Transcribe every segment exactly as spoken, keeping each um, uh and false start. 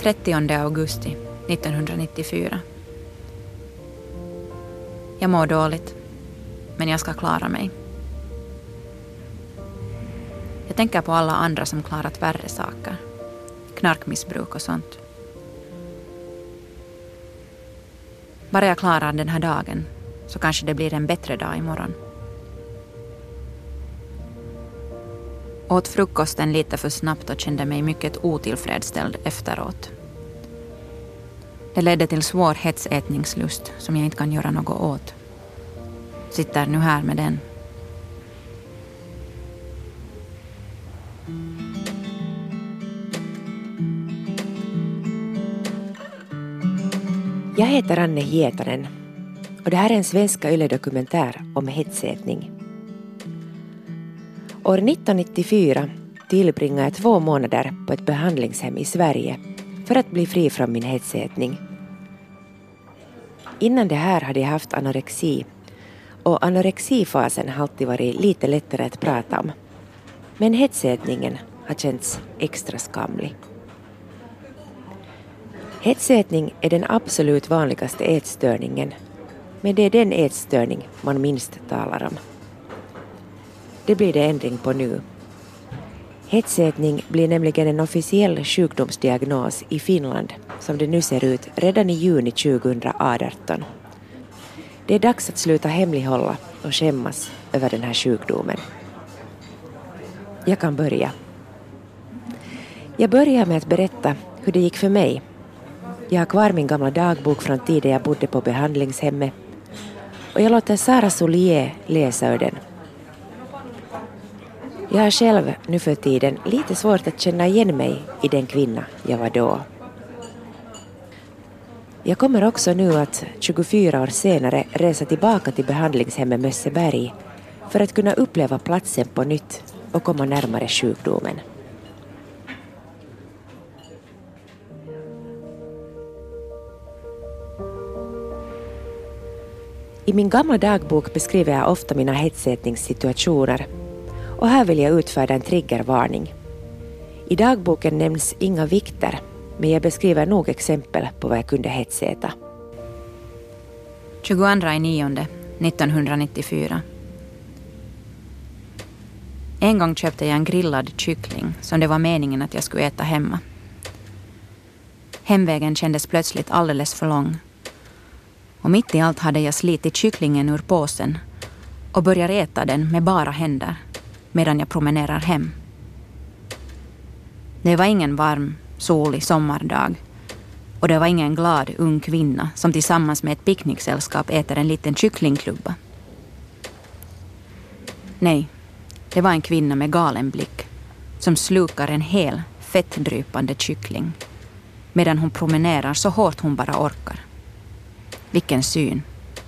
trettionde augusti nittonhundranittiofyra. Jag mår dåligt, men jag ska klara mig. Jag tänker på alla andra som klarat värre saker. Knarkmissbruk och sånt. Bara jag klarar den här dagen så kanske det blir en bättre dag imorgon. Åt frukosten lite för snabbt och kände mig mycket otillfredsställd efteråt. Det ledde till svår hetsätningslust som jag inte kan göra något åt. Sitter nu här med den. Jag heter Anne Hietanen och det här är en svenska Yle-dokumentär om hetsätning. År nittonhundranittiofyra tillbringade jag två månader på ett behandlingshem i Sverige för att bli fri från min hetsätning. Innan det här hade jag haft anorexi och anorexifasen har alltid varit lite lättare att prata om. Men hetsätningen har känts extra skamlig. Hetsätning är den absolut vanligaste ätstörningen, men det är den ätstörning man minst talar om. Det blir det ändring på nu. Hetsätning blir nämligen en officiell sjukdomsdiagnos i Finland som det nu ser ut redan i juni tjugoarton. Det är dags att sluta hemlighålla och skämmas över den här sjukdomen. Jag kan börja. Jag börjar med att berätta hur det gick för mig. Jag har kvar min gamla dagbok från tiden jag bodde på behandlingshemmet och jag låter Sara Solier läsa ur den. Jag har själv nu för tiden lite svårt att känna igen mig i den kvinna jag var då. Jag kommer också nu att tjugofyra år senare resa tillbaka till behandlingshemmet Mösseberg för att kunna uppleva platsen på nytt och komma närmare sjukdomen. I min gamla dagbok beskriver jag ofta mina hetsätningssituationer och här vill jag utfärda en triggervarning. I dagboken nämns inga vikter, men jag beskriver nog exempel på vad jag kunde hetsäta. tjugoandra nionde nittonhundranittiofyra. En gång köpte jag en grillad kyckling som det var meningen att jag skulle äta hemma. Hemvägen kändes plötsligt alldeles för lång. Och mitt i allt hade jag slitit kycklingen ur påsen och börjar äta den med bara händer medan jag promenerar hem. Det var ingen varm, solig sommardag och det var ingen glad ung kvinna som tillsammans med ett picknicksällskap äter en liten kycklingklubba. Nej, det var en kvinna med galen blick som slukar en hel fettdrypande kyckling medan hon promenerar så hårt hon bara orkar. Vilken syn.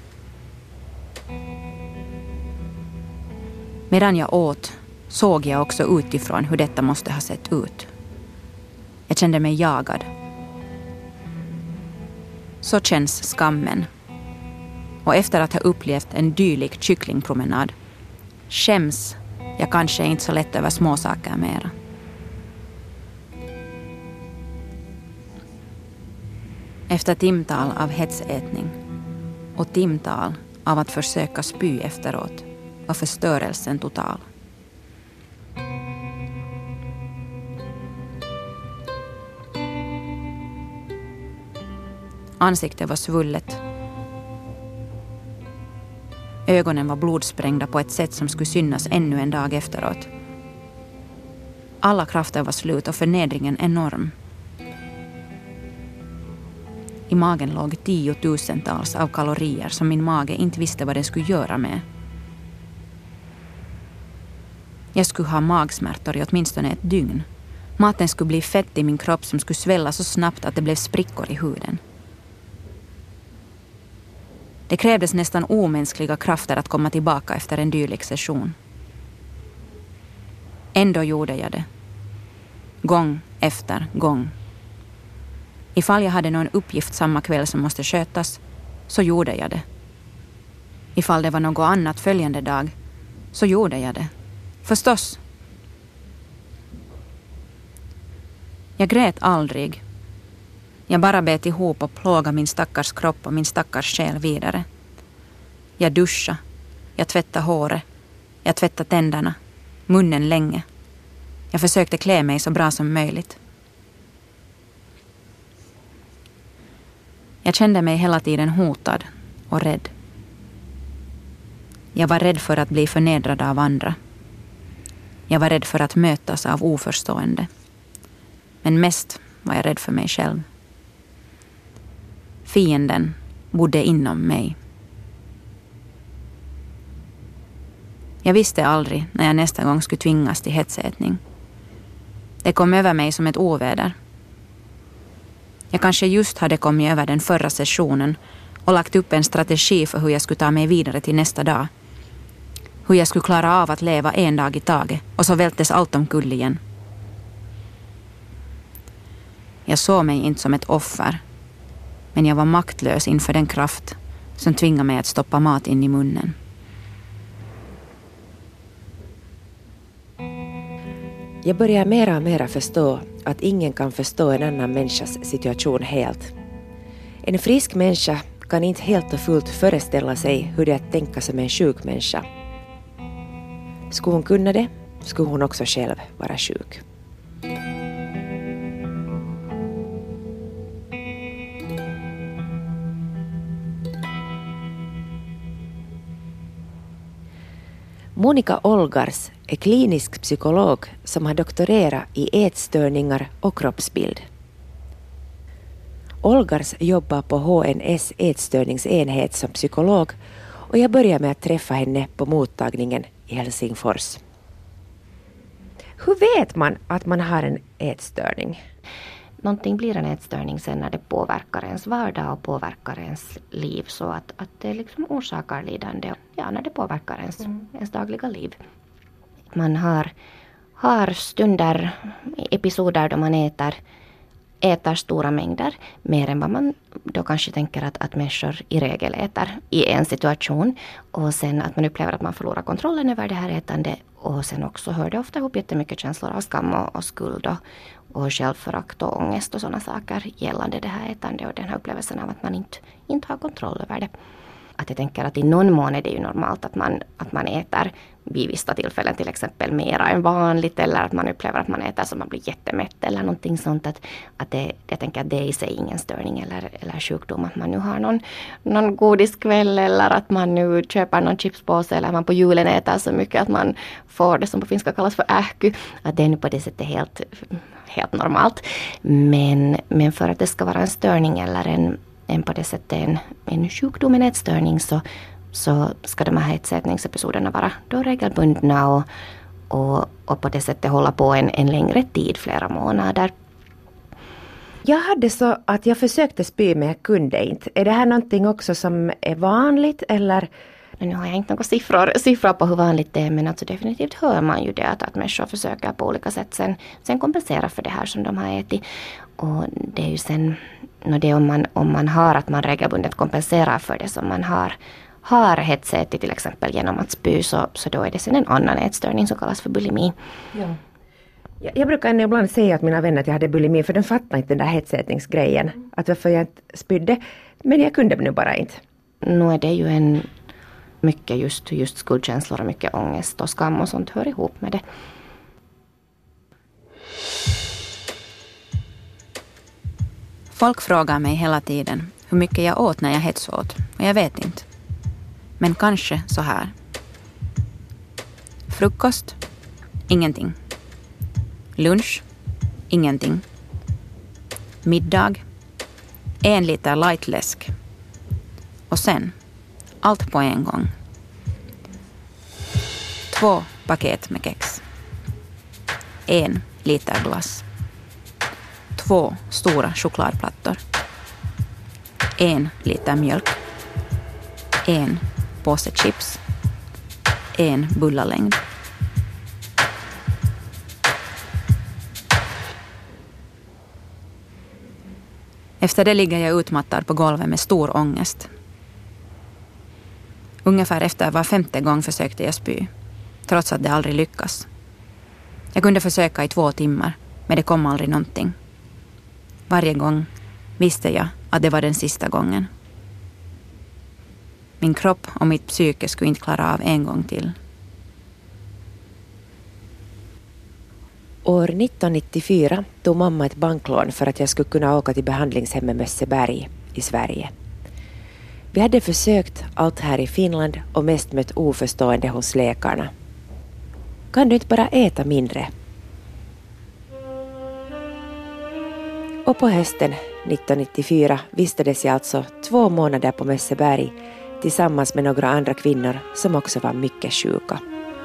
Medan jag åt såg jag också utifrån hur detta måste ha sett ut. Jag kände mig jagad. Så känns skammen. Och efter att ha upplevt en dylik kycklingpromenad skäms jag kanske inte så lätt över småsaker mera. Efter timtal av hetsätning och timtal av att försöka spy efteråt var förstörelsen total. Ansiktet var svullet. Ögonen var blodsprängda på ett sätt som skulle synas ännu en dag efteråt. Alla krafter var slut och förnedringen enorm. I magen låg tiotusentals av kalorier som min mage inte visste vad den skulle göra med. Jag skulle ha magsmärtor i åtminstone ett dygn. Maten skulle bli fett i min kropp som skulle svälla så snabbt att det blev sprickor i huden. Det krävdes nästan omänskliga krafter att komma tillbaka efter en dylik session. Ändå gjorde jag det. Gång efter gång. Ifall jag hade någon uppgift samma kväll som måste skötas, så gjorde jag det. Ifall det var något annat följande dag, så gjorde jag det. Förstås. Jag grät aldrig, Jag bara bet ihop och plågade min stackars kropp och min stackars själ vidare. Jag duschade, jag tvättade håret, jag tvättade tänderna, munnen länge. Jag försökte klä mig så bra som möjligt. Jag kände mig hela tiden hotad och rädd. Jag var rädd för att bli förnedrad av andra. Jag var rädd för att mötas av oförstående. Men mest var jag rädd för mig själv. Fienden bodde inom mig. Jag visste aldrig när jag nästa gång skulle tvingas till hetsätning. Det kom över mig som ett oväder. Jag kanske just hade kommit över den förra sessionen och lagt upp en strategi för hur jag skulle ta mig vidare till nästa dag. Hur jag skulle klara av att leva en dag i taget och så vältes allt omkull igen. Jag såg mig inte som ett offer, men jag var maktlös inför den kraft som tvingade mig att stoppa mat in i munnen. Jag börjar mera och mera förstå att ingen kan förstå en annan människas situation helt. En frisk människa kan inte helt och fullt föreställa sig hur det är att tänka som en sjuk människa. Skulle hon kunna det, skulle hon också själv vara sjuk. Monika Olgars är klinisk psykolog som har doktorerat i ätstörningar och kroppsbild. Olgars jobbar på H N S ätstörningsenhet som psykolog och jag börjar med att träffa henne på mottagningen i Helsingfors. Hur vet man att man har en ätstörning? Någonting blir en ätstörning sen när det påverkar ens vardag och påverkar ens liv så att, att det liksom orsakar lidande. Ja, när det påverkar ens, mm. ens dagliga liv. Man har, har stunder, episoder då man äter, äter stora mängder, mer än vad man då kanske tänker att, att människor i regel äter i en situation. Och sen att man upplever att man förlorar kontrollen över det här ätandet. Och sen också hör det ofta ihop jättemycket känslor av skam och, och skuld och, och självförakt och ångest och sådana saker gällande det här ätandet och den här upplevelsen av att man inte, inte har kontroll över det. Att jag tänker att i någon mån är det ju normalt att man, att man äter vid vissa tillfällen till exempel mera än vanligt eller att man upplever att man äter så man blir jättemätt eller någonting sånt. Att, att det, jag tänker att det är i sig ingen störning eller, eller sjukdom att man nu har någon, någon godiskväll eller att man nu köper någon chipspåse eller man på julen äter så mycket att man får det som på finska kallas för ähky. Att det är nu på det sättet helt, helt normalt. Men, men för att det ska vara en störning eller en en på det sättet en, en sjukdom, en ätstörning så, så ska de här ätsätningsepisoderna vara då regelbundna och, och, och på det sättet hålla på en, en längre tid, flera månader. Jag hade så att jag försökte spy men jag kunde inte. Är det här någonting också som är vanligt eller? Nu har jag inte några siffror, siffror på hur vanligt det är men alltså definitivt hör man ju det att, att människor försöker på olika sätt sen, sen kompensera för det här som de har ätit. Och det är ju sen, no det om man, om man har att man regelbundet kompenserar för det som man har, har hetsätit till exempel genom att spy så, så då är det sen en annan ätstörning som kallas för bulimi. Ja. Jag, jag brukar ibland säga att mina vänner att jag hade bulimi för de fattar inte den där hetsätningsgrejen. Mm. Att varför jag inte spydde. Men jag kunde nu bara inte. Nu är det ju en mycket just, just skuldkänslor och mycket ångest och skam och sånt hör ihop med det. Folk frågar mig hela tiden hur mycket jag åt när jag hetsåt och jag vet inte. Men kanske så här. Frukost? Ingenting. Lunch? Ingenting. Middag? En liter lightläsk. Och sen, allt på en gång. Två paket med kex. En liter glass. Två stora chokladplattor. En liter mjölk. En påse chips. En bullalängd. Efter det ligger jag utmattad på golvet med stor ångest. Ungefär efter var femte gång försökte jag spy, trots att det aldrig lyckas. Jag kunde försöka i två timmar, men det kom aldrig någonting. Varje gång visste jag att det var den sista gången. Min kropp och mitt psyke skulle inte klara av en gång till. År nittonhundranittiofyra tog mamma ett banklån för att jag skulle kunna åka till behandlingshemmet Mösseberg i Sverige. Vi hade försökt allt här i Finland och mest mött oförstående hos läkarna. Kan du inte bara äta mindre? Och på hösten nittonhundranittiofyra vistades jag alltså två månader på Mösseberg tillsammans med några andra kvinnor som också var mycket sjuka.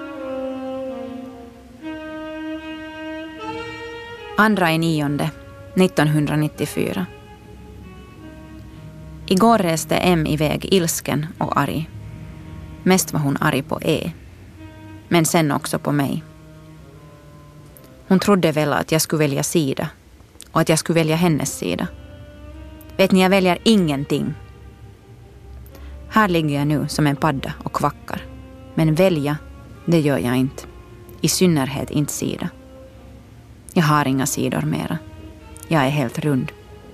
Andra i nionde nittonhundranittiofyra. Igår reste M iväg ilsken och arg. Mest var hon arg på E. Men sen också på mig. Hon trodde väl att jag skulle välja sida. Och att jag skulle välja hennes sida. Vet ni, jag väljer ingenting. Här ligger jag nu som en padda och kvackar. Men välja, det gör jag inte. I synnerhet inte sida. Jag har inga sidor mera. Jag är helt rund.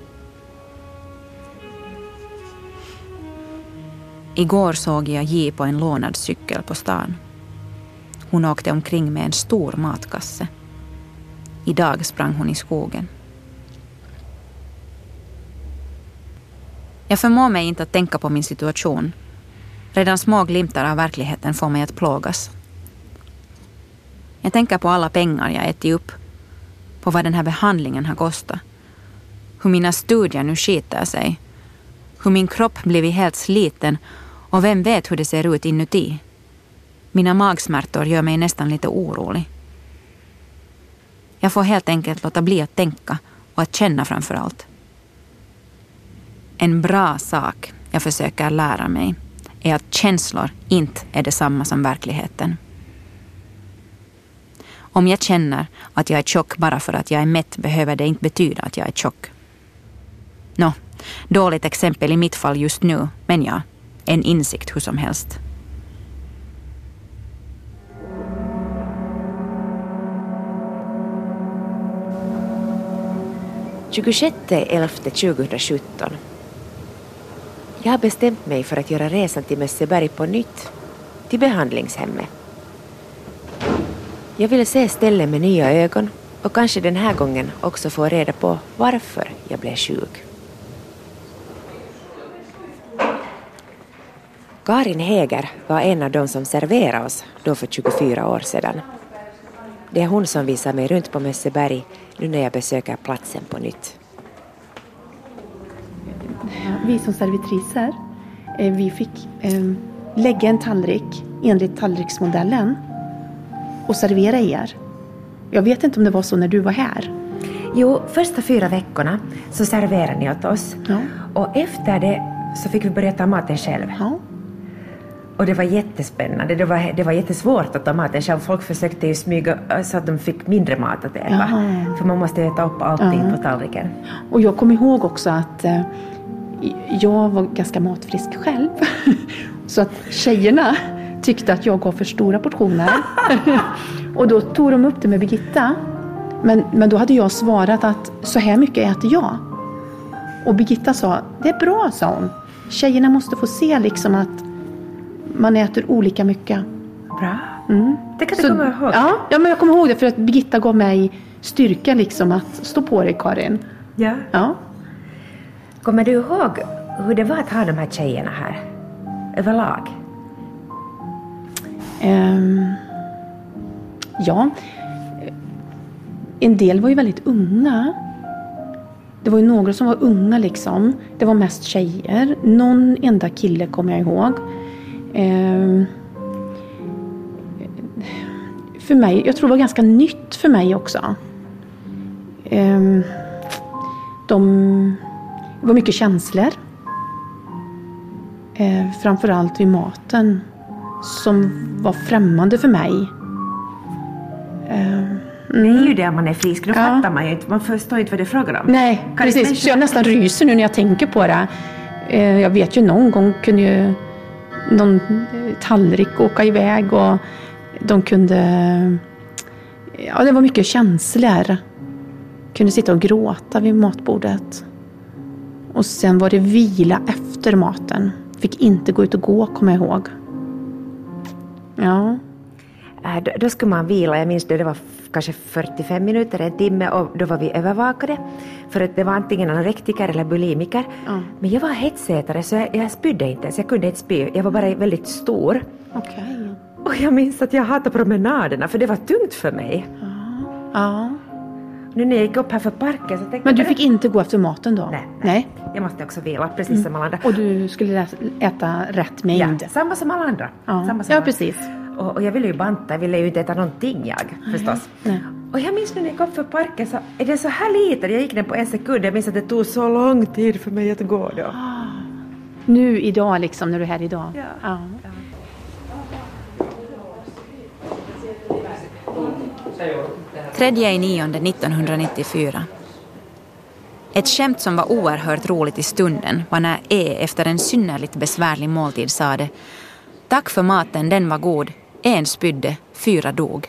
Igår såg jag J på en lånad cykel på stan. Hon åkte omkring med en stor matkasse. Idag sprang hon i skogen. Jag förmår mig inte att tänka på min situation. Redan små glimtar av verkligheten får mig att plågas. Jag tänker på alla pengar jag ätit upp. På vad den här behandlingen har kostat. Hur mina studier nu skiter sig. Hur min kropp blivit helt sliten. Och vem vet hur det ser ut inuti. Mina magsmärtor gör mig nästan lite orolig. Jag får helt enkelt låta bli att tänka och att känna framför allt. En bra sak jag försöker lära mig är att känslor inte är detsamma som verkligheten. Om jag känner att jag är tjock bara för att jag är mätt behöver det inte betyda att jag är tjock. Nå, dåligt exempel i mitt fall just nu, men ja, en insikt hur som helst. tjugosjätte elfte tjugosjutton. Jag har bestämt mig för att göra resan till Mösseberg på nytt, till behandlingshemmet. Jag ville se ställen med nya ögon och kanske den här gången också få reda på varför jag blev sjuk. Karin Häger var en av de som serverade oss då för tjugofyra år sedan. Det är hon som visar mig runt på Mösseberg nu när jag besöker platsen på nytt. Vi som servitriser, vi fick lägga en tallrik enligt tallriksmodellen och servera er. Jag vet inte om det var så när du var här. Jo, första fyra veckorna så serverade ni åt oss. Ja. Och efter det så fick vi börja ta maten själv. Ja. Och det var jättespännande. Det var, det var jättesvårt att ta maten själv. Folk försökte ju smyga så att de fick mindre mat att äta. Jaha. För man måste äta upp allting ja. på tallriken. Och jag kommer ihåg också att eh, jag var ganska matfrisk själv. Så att tjejerna tyckte att jag gav för stora portioner. Och då tog de upp det med Birgitta. Men, men då hade jag svarat att så här mycket äter jag. Och Birgitta sa, det är bra, sa hon. Tjejerna måste få se liksom att man äter olika mycket. Bra. Mm. Det kan du så, komma ihåg. Ja, ja, men jag kommer ihåg det för att Birgitta gav mig styrka liksom att stå på dig, Karin. Ja. Ja. Kommer du ihåg hur det var att ha de här tjejerna här? Överlag? Um, ja. En del var ju väldigt unga. Det var ju några som var unga liksom. Det var mest tjejer. Någon enda kille kommer jag ihåg. Um, för mig, jag tror det var ganska nytt för mig också. Um, de det var mycket känslor. Uh, framförallt vid maten. Som var främmande för mig. Uh, Det är ju det man är frisk. Då ja. fattar man ju inte. Man förstår inte vad det är frågan om. Nej, kan precis. Människa... Så jag nästan ryser nu när jag tänker på det. Eh, jag vet ju någon gång kunde ju någon tallrik åka iväg. Och de kunde... Ja, det var mycket känslor. Kunde sitta och gråta vid matbordet. Och sen var det vila efter maten. Fick inte gå ut och gå, kommer jag ihåg. Ja. Äh, då, då skulle man vila. Jag minns det, det var f- kanske fyrtiofem minuter, en timme. Och då var vi övervakade. För att det var antingen anorektiker eller bulimiker. Ja. Men jag var hetsätare så jag, jag spydde inte. Så jag kunde inte spy. Jag var bara väldigt stor. Okej. Och jag minns att jag hatade promenaderna. För det var tungt för mig. Ja. Ja. Nu när jag gick upp här för parken så tänkte Men du jag... fick inte gå efter maten då? Nej, nej. Jag måste också vila, precis som alla andra. Och du skulle äta rätt mängd? Ja, samma som alla andra. Ja, Samma som ja alla. precis. Och, och jag ville ju banta, jag ville ju inte äta någonting jag, förstås. Nej. Och jag minns nu när jag kom för parken så är det så här lite, jag gick den på en sekund, jag minns att det tog så lång tid för mig att gå då. Ah. Nu idag liksom, när du är här idag? Ja. Ja. Ja. Tredje i nionde nittonhundranittiofyra. Ett skämt som var oerhört roligt i stunden var när E efter en synnerligt besvärlig måltid sa det: tack för maten, den var god. En spydde, fyra dog.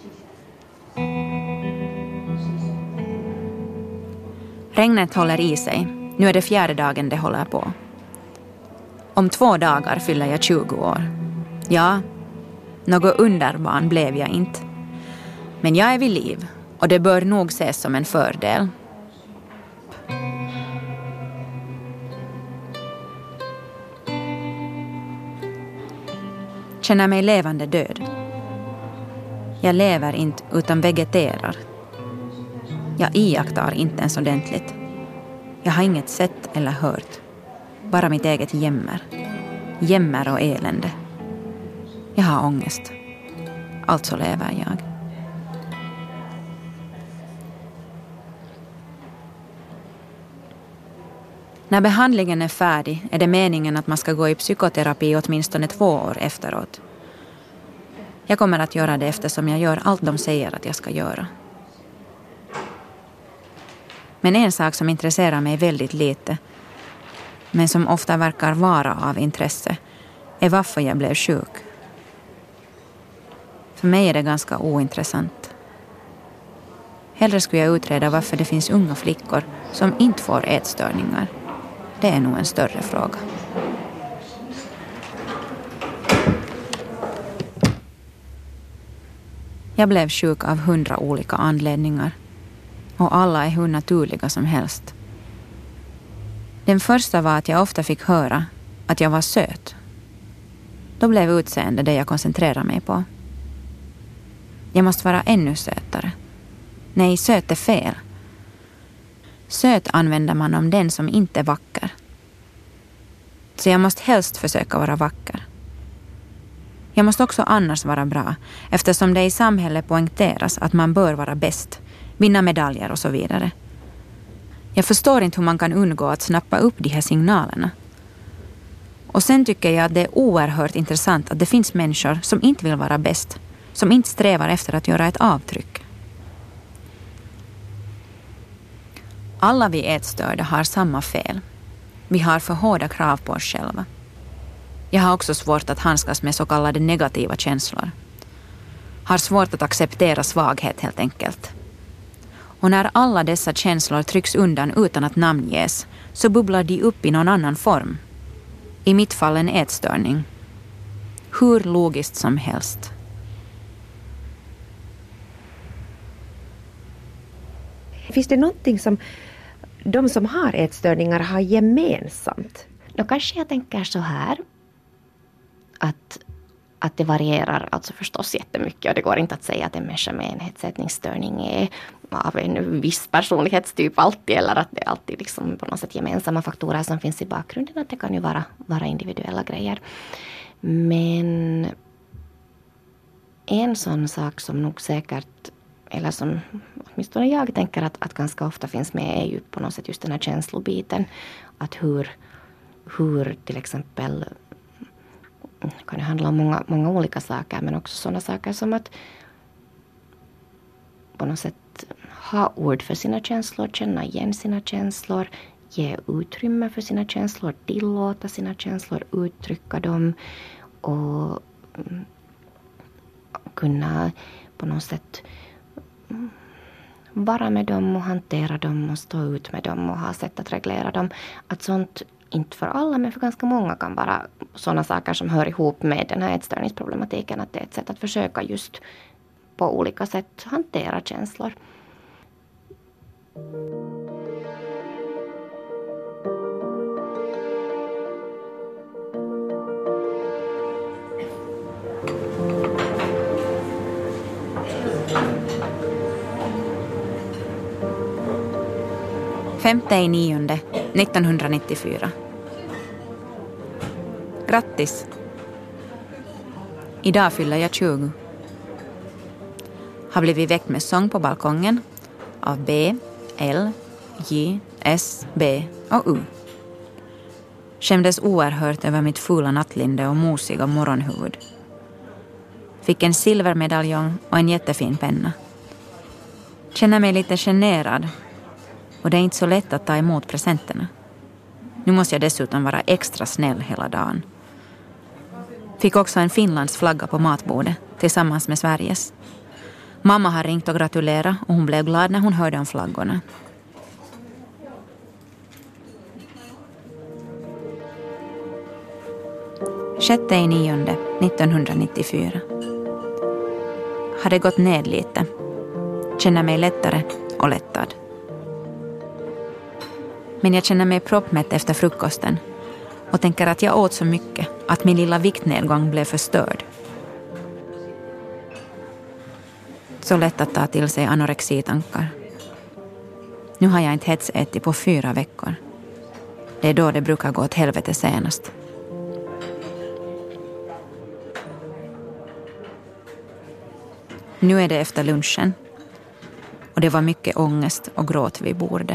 Regnet håller i sig. Nu är det fjärde dagen det håller på. Om två dagar fyller jag tjugo år. Ja, något underbarn blev jag inte. Men jag är vid liv och det bör nog ses som en fördel. Känner mig levande död. Jag lever inte utan vegeterar. Jag iakttar inte ens ordentligt. Jag har inget sett eller hört. Bara mitt eget jämmer. Jämmer och elände. Jag har ångest. Alltså lever jag. När behandlingen är färdig är det meningen att man ska gå i psykoterapi åtminstone två år efteråt. Jag kommer att göra det eftersom jag gör allt de säger att jag ska göra. Men en sak som intresserar mig väldigt lite, men som ofta verkar vara av intresse, är varför jag blev sjuk. För mig är det ganska ointressant. Hellre skulle jag utreda varför det finns unga flickor som inte får ätstörningar. Det är nog en större fråga. Jag blev sjuk av hundra olika anledningar. Och alla är hur naturliga som helst. Den första var att jag ofta fick höra att jag var söt. Då blev utseende det jag koncentrerade mig på. Jag måste vara ännu sötare. Nej, söt är fel. Söt använder man om den som inte är vacker. Så jag måste helst försöka vara vacker. Jag måste också annars vara bra, eftersom det i samhället poängteras att man bör vara bäst, vinna medaljer och så vidare. Jag förstår inte hur man kan undgå att snappa upp de här signalerna. Och sen tycker jag att det är oerhört intressant att det finns människor som inte vill vara bäst, som inte strävar efter att göra ett avtryck. Alla vi ätstörda har samma fel. Vi har för hårda krav på oss själva. Jag har också svårt att handskas med så kallade negativa känslor. Har svårt att acceptera svaghet helt enkelt. Och när alla dessa känslor trycks undan utan att namnges så bubblar de upp i någon annan form. I mitt fall en ätstörning. Hur logiskt som helst. Finns det någonting som de som har ätstörningar har gemensamt? Då kanske jag tänker så här. Att, att det varierar alltså förstås jättemycket. Och det går inte att säga att en människa med en hetsätningsstörning är av en viss personlighetstyp alltid. Eller att det är alltid liksom på något sätt gemensamma faktorer som finns i bakgrunden. Att det kan ju vara, vara individuella grejer. Men en sån sak som nog säkert, eller som åtminstone jag tänker att, att ganska ofta finns med, är ju på något sätt just den här känslobiten. Att hur, hur till exempel, kan det handla om många, många olika saker, men också sådana saker som att på något sätt ha ord för sina känslor, känna igen sina känslor, ge utrymme för sina känslor, tillåta sina känslor, uttrycka dem och kunna på något sätt vara med dem och hantera dem och stå ut med dem och ha sätt att reglera dem. Att sånt, inte för alla men för ganska många, kan vara sådana saker som hör ihop med den här ätstörningsproblematiken. Att det är ett sätt att försöka just på olika sätt hantera känslor. femte i nionde nittonhundranittiofyra. Grattis! Idag fyller jag tjugo. Har blivit väckt med sång på balkongen av B, L, J, S, B och U. Skämdes oerhört över mitt fula nattlinde och mosiga morgonhuvud. Fick en silvermedaljong och en jättefin penna. Känner mig lite generad. Och det är inte så lätt att ta emot presenterna. Nu måste jag dessutom vara extra snäll hela dagen. Fick också en Finlands flagga på matbordet tillsammans med Sveriges. Mamma har ringt och gratulerat och hon blev glad när hon hörde om flaggorna. Sjätte i nionde nittonhundranittiofyra. Hade gått ned lite. Känner mig lättare och lättad. Men jag känner mig proppmätt efter frukosten och tänker att jag åt så mycket att min lilla viktnedgång blev förstörd. Så lätt att ta till sig anorexitankar. Nu har jag inte hetsätit på fyra veckor. Det är då det brukar gå åt helvete senast. Nu är det efter lunchen och det var mycket ångest och gråt vid bordet.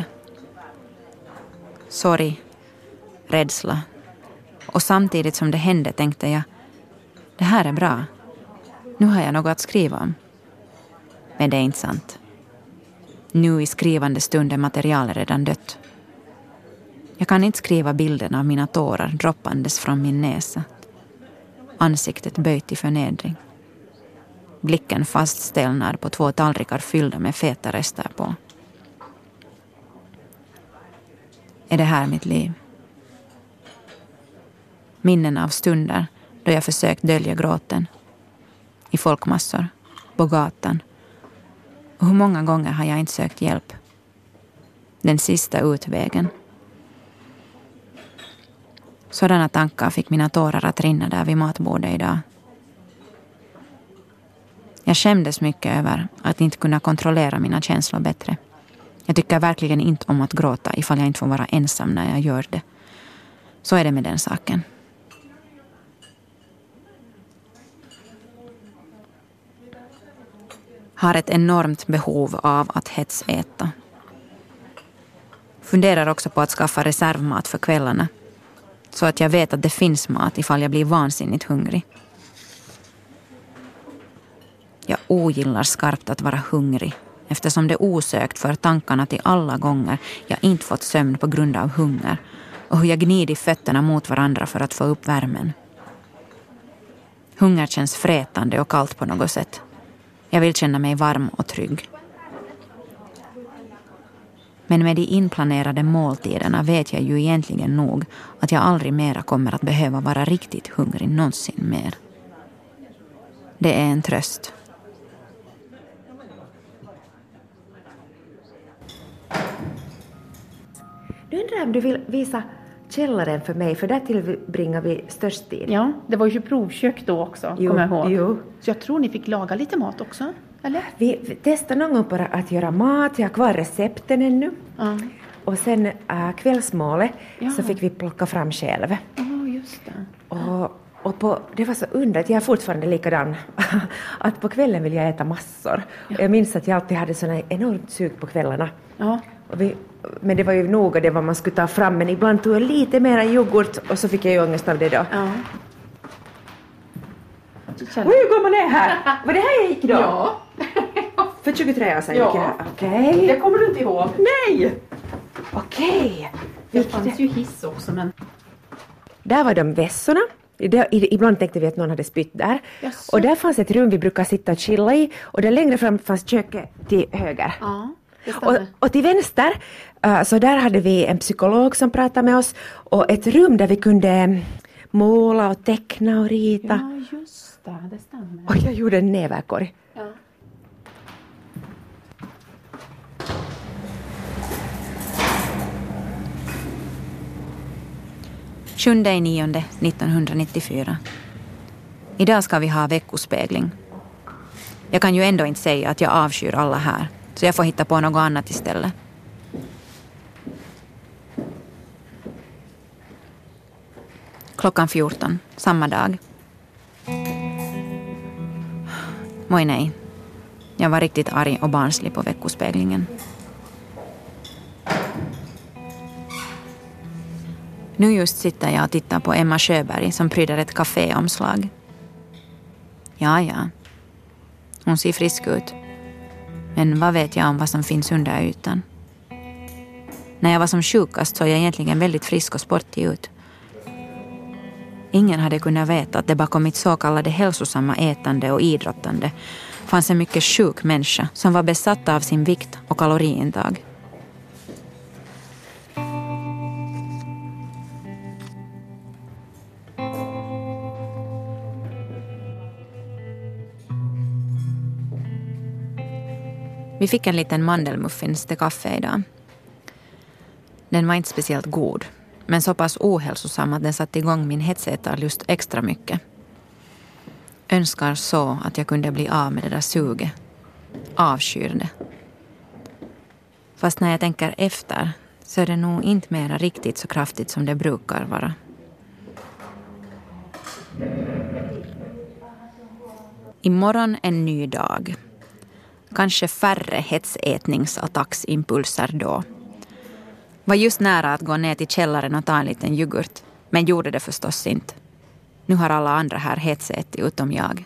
Sorg, rädsla. Och samtidigt som det hände tänkte jag, det här är bra. Nu har jag något att skriva om. Men det är inte sant. Nu i skrivande stund är materialet redan dött. Jag kan inte skriva bilden av mina tårar droppandes från min näsa. Ansiktet böjt i förnedring. Blicken faststelnar på två tallrikar fyllda med feta rester på. Är det här mitt liv? Minnen av stunder då jag försökt dölja gråten. I folkmassor, på gatan. Och hur många gånger har jag inte sökt hjälp? Den sista utvägen. Sådana tankar fick mina tårar att rinna där vid matbordet idag. Jag skämdes mycket över att inte kunna kontrollera mina känslor bättre. Jag tycker verkligen inte om att gråta ifall jag inte får vara ensam när jag gör det. Så är det med den saken. Har ett enormt behov av att hetsäta. Funderar också på att skaffa reservmat för kvällarna. Så att jag vet att det finns mat ifall jag blir vansinnigt hungrig. Jag ogillar skarpt att vara hungrig. Eftersom det osökt för tankarna till alla gånger jag inte fått sömn på grund av hunger. Och hur jag gnider fötterna mot varandra för att få upp värmen. Hunger känns frätande och kallt på något sätt. Jag vill känna mig varm och trygg. Men med de inplanerade måltiderna vet jag ju egentligen nog att jag aldrig mera kommer att behöva vara riktigt hungrig någonsin mer. Det är en tröst. Du undrar om du vill visa källaren för mig, för där tillbringar vi störst tid. Ja, det var ju provkök då också, jo, kommer jag ihåg. Jo. Så jag tror ni fick laga lite mat också, eller? Vi testade någon gång bara att göra mat, jag har kvar recepten ännu. Mm. Och sen äh, kvällsmålet ja. så fick vi plocka fram själv. Ja, oh, just det. Och, och på, det var så underligt, jag är fortfarande likadan, att på kvällen vill jag äta massor. Ja. Jag minns att jag alltid hade såna enormt sug på kvällarna. Ja. Och vi, men det var ju noga det vad man skulle ta fram, men ibland tog jag lite mer yoghurt och så fick jag ju ångest av det då. Ja. Oj, går man ner här? Var det här jag gick då? Ja. För tjugotre år sedan ja. gick jag här. Okej. Okay. Det kommer du inte ihåg. Nej! Okej. Okay. Det fanns ju hiss också, men... Där var de vässorna. Det, ibland tänkte vi att någon hade spytt där. Yes. Och där fanns ett rum vi brukar sitta och chilla i. Och där längre fram fanns köket till höger. Ja. det och, och till vänster uh, så där hade vi en psykolog som pratade med oss och ett rum där vi kunde måla och teckna och rita. Ja, just det. Det stämmer. Och jag gjorde en näverkorg. Ja. sjunde nionde nittonhundranittiofyra. Idag ska vi ha veckospegling. Jag kan ju ändå inte säga att jag avskyr alla här, så jag får hitta på något annat istället. Klockan fjorton, samma dag. Moj nej. Jag var riktigt arg och barnslig på veckospeglingen. Nu just sitter jag och tittar på Emma Sjöberg som pryder ett kaféomslag. Ja, ja. Hon ser frisk ut. Men vad vet jag om vad som finns under ytan? När jag var som sjukast såg jag egentligen väldigt frisk och sportig ut. Ingen hade kunnat veta att det bakom mitt så kallade hälsosamma ätande och idrottande fanns en mycket sjuk människa som var besatt av sin vikt och kaloriintag. Vi fick en liten mandelmuffins till kaffe idag. Den var inte speciellt god, men så pass ohälsosam att den satte igång min hetsätarlust extra mycket. Önskar så att jag kunde bli av med det där suget. Avskyr det. Fast när jag tänker efter så är det nog inte mera riktigt så kraftigt som det brukar vara. Imorgon en ny dag. Kanske färre hetsätningsattacksimpulser då. Var just nära att gå ner till källaren och ta en liten yoghurt. Men gjorde det förstås inte. Nu har alla andra här hetsätit utom jag.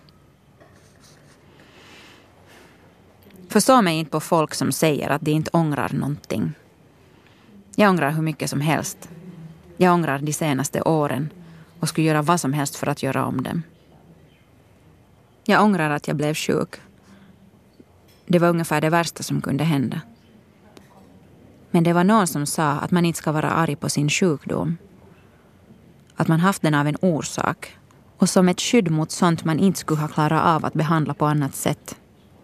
Förstå mig inte på folk som säger att de inte ångrar någonting. Jag ångrar hur mycket som helst. Jag ångrar de senaste åren och skulle göra vad som helst för att göra om dem. Jag ångrar att jag blev sjuk. Det var ungefär det värsta som kunde hända. Men det var någon som sa att man inte ska vara arg på sin sjukdom. Att man haft den av en orsak. Och som ett skydd mot sånt man inte skulle ha klarat av att behandla på annat sätt.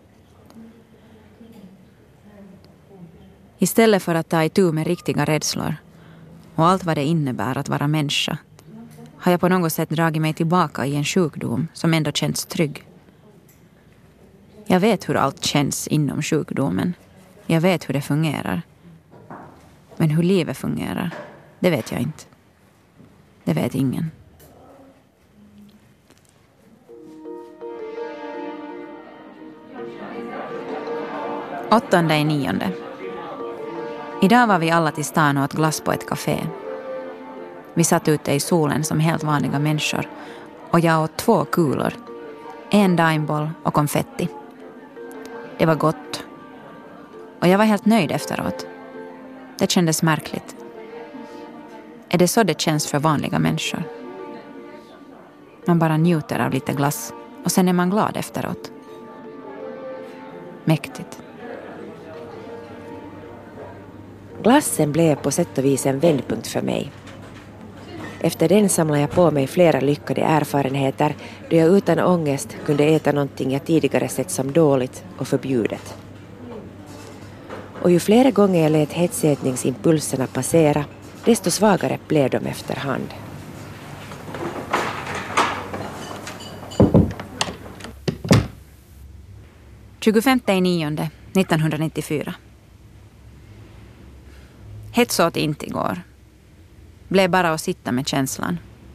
Istället för att ta itu med riktiga rädslor och allt vad det innebär att vara människa, har jag på något sätt dragit mig tillbaka i en sjukdom som ändå känns trygg. Jag vet hur allt känns inom sjukdomen. Jag vet hur det fungerar. Men hur livet fungerar, det vet jag inte. Det vet ingen. Åttonde i nionde. Idag var vi alla till stan och åt glass på ett café. Vi satt ute i solen som helt vanliga människor och jag åt två kulor. En dimeboll och konfetti. Det var gott. Och jag var helt nöjd efteråt. Det kändes märkligt. Är det så det känns för vanliga människor? Man bara njuter av lite glass och sen är man glad efteråt. Mäktigt. Glassen blev på sätt och vis en vändpunkt för mig. Efter den samlade jag på mig flera lyckade erfarenheter då jag utan ångest kunde äta någonting jag tidigare sett som dåligt och förbjudet. Och ju flera gånger jag lät hetsätningsimpulserna passera, desto svagare blev de efterhand. tjugofemte i nionde nittonhundranittiofyra. Hetsåt inte igår. Blev bara att sitta med känslan.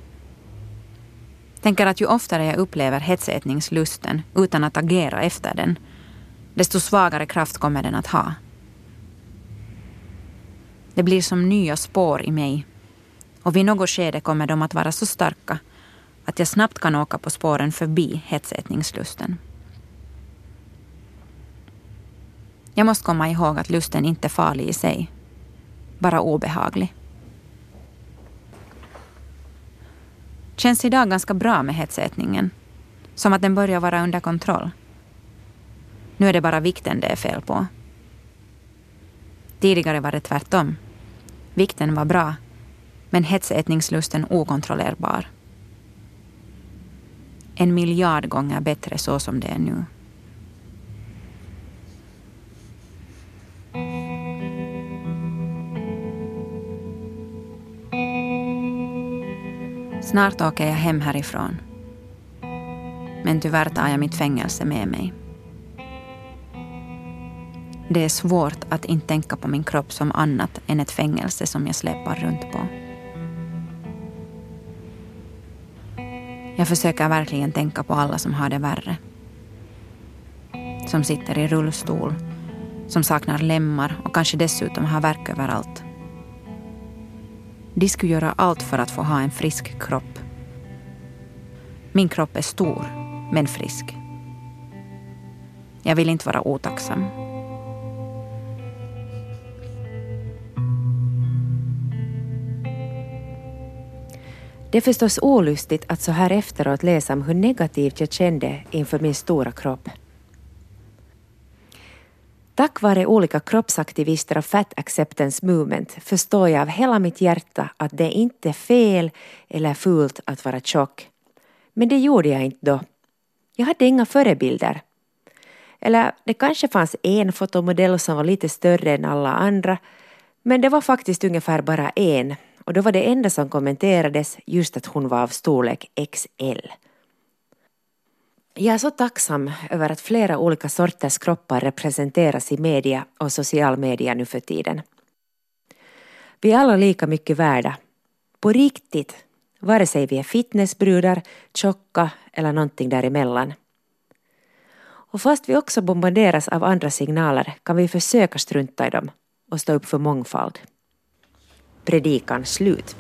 Tänker att ju oftare jag upplever hetsätningslusten utan att agera efter den, desto svagare kraft kommer den att ha. Det blir som nya spår i mig. Och vid något skede kommer de att vara så starka att jag snabbt kan åka på spåren förbi hetsätningslusten. Jag måste komma ihåg att lusten inte är farlig i sig. Bara obehaglig. Känns idag ganska bra med hetsätningen. Som att den börjar vara under kontroll. Nu är det bara vikten det är fel på. Tidigare var det tvärtom. Vikten var bra, men hetsätningslusten okontrollerbar. En miljard gånger bättre så som det är nu. Snart åker jag hem härifrån. Men tyvärr tar jag mitt fängelse med mig. Det är svårt att inte tänka på min kropp som annat än ett fängelse som jag släpar runt på. Jag försöker verkligen tänka på alla som har det värre. Som sitter i rullstol, som saknar lemmar och kanske dessutom har värk överallt. De skulle göra allt för att få ha en frisk kropp. Min kropp är stor, men frisk. Jag vill inte vara otacksam. Det är förstås olustigt att så här efteråt läsa om hur negativt jag kände inför min stora kropp. Tack vare olika kroppsaktivister och Fat Acceptance Movement förstår jag av hela mitt hjärta att det inte är fel eller fult att vara tjock. Men det gjorde jag inte då. Jag hade inga förebilder. Eller det kanske fanns en fotomodell som var lite större än alla andra, men det var faktiskt ungefär bara en. Och då var det enda som kommenterades just att hon var av storlek X L. Jag är så tacksam över att flera olika sorters kroppar representeras i media och social media nu för tiden. Vi är alla lika mycket värda. På riktigt, vare sig vi är fitnessbrudar, tjocka eller någonting däremellan. Och fast vi också bombarderas av andra signaler kan vi försöka strunta i dem och stå upp för mångfald. Predikan slut.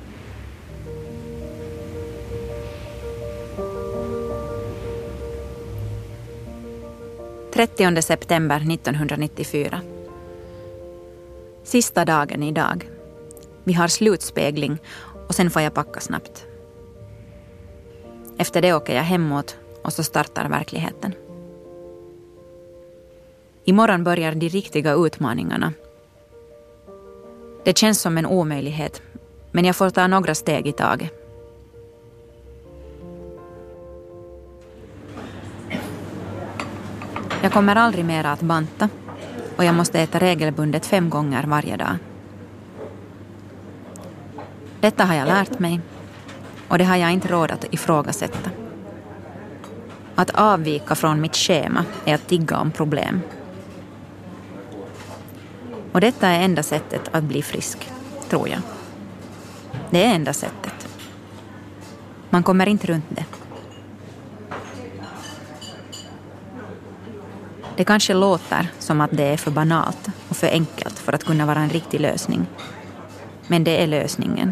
trettionde september nittonhundranittiofyra. Sista dagen idag. Vi har slutspegling och sen får jag packa snabbt. Efter det åker jag hemåt och så startar verkligheten. Imorgon börjar de riktiga utmaningarna. Det känns som en omöjlighet, men jag får ta några steg i taget. Jag kommer aldrig mer att banta och jag måste äta regelbundet fem gånger varje dag. Detta har jag lärt mig och det har jag inte råd att ifrågasätta. Att avvika från mitt schema är att tigga om problem. Och detta är enda sättet att bli frisk, tror jag. Det är enda sättet. Man kommer inte runt det. Det kanske låter som att det är för banalt och för enkelt för att kunna vara en riktig lösning. Men det är lösningen.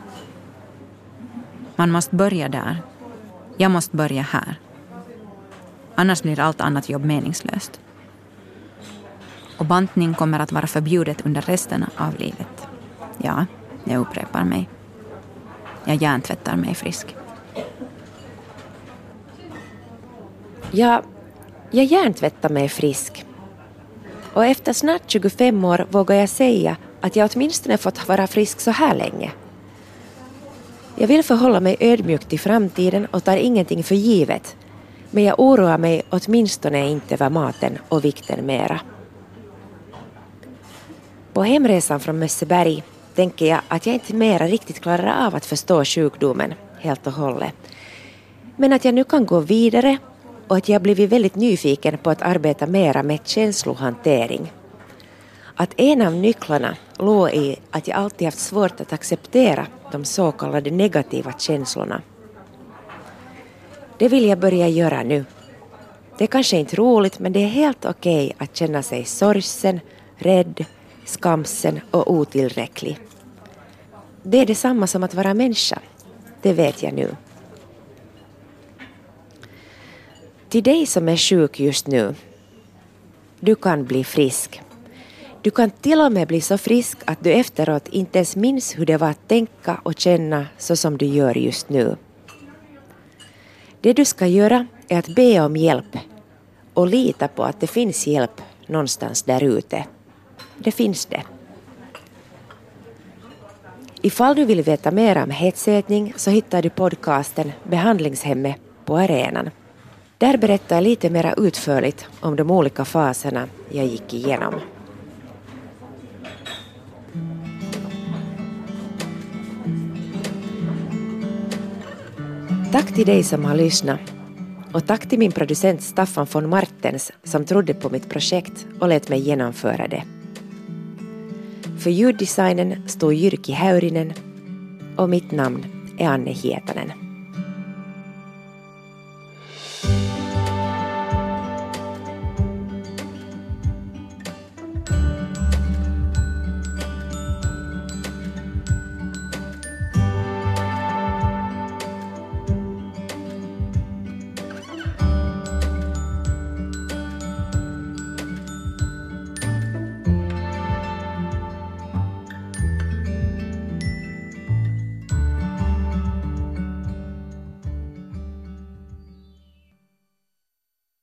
Man måste börja där. Jag måste börja här. Annars blir allt annat jobb meningslöst. Och bantning kommer att vara förbjudet under resten av livet. Ja, jag upprepar mig. Jag hjärntvättar mig frisk. Ja, jag hjärntvättar mig frisk. Och efter snart tjugofem år vågar jag säga att jag åtminstone fått vara frisk så här länge. Jag vill förhålla mig ödmjukt i framtiden och tar ingenting för givet. Men jag oroar mig åtminstone inte över maten och vikten mera. På hemresan från Mösseberg tänker jag att jag inte mera riktigt klarar av att förstå sjukdomen helt och hållet. Men att jag nu kan gå vidare och att jag blivit väldigt nyfiken på att arbeta mera med känslohantering. Att en av nycklarna låg i att jag alltid haft svårt att acceptera de så kallade negativa känslorna. Det vill jag börja göra nu. Det är kanske inte roligt, men det är helt okej att känna sig sorgsen, rädd, skamsen och otillräcklig. Det är detsamma som att vara människa. Det vet jag nu. Till dig som är sjuk just nu. Du kan bli frisk. Du kan till och med bli så frisk att du efteråt inte ens minns hur det var att tänka och känna så som du gör just nu. Det du ska göra är att be om hjälp och lita på att det finns hjälp någonstans där ute. det finns det. Ifall du vill veta mer om hetsätning så hittar du podcasten Behandlingshemmet på arenan. Där berättar jag lite mer utförligt om de olika faserna jag gick igenom. Tack till dig som har lyssnat. Och tack till min producent Staffan von Martens som trodde på mitt projekt och lät mig genomföra det. För ljuddesignen står Jyrki Häyrinen och mitt namn är Anne Hietanen.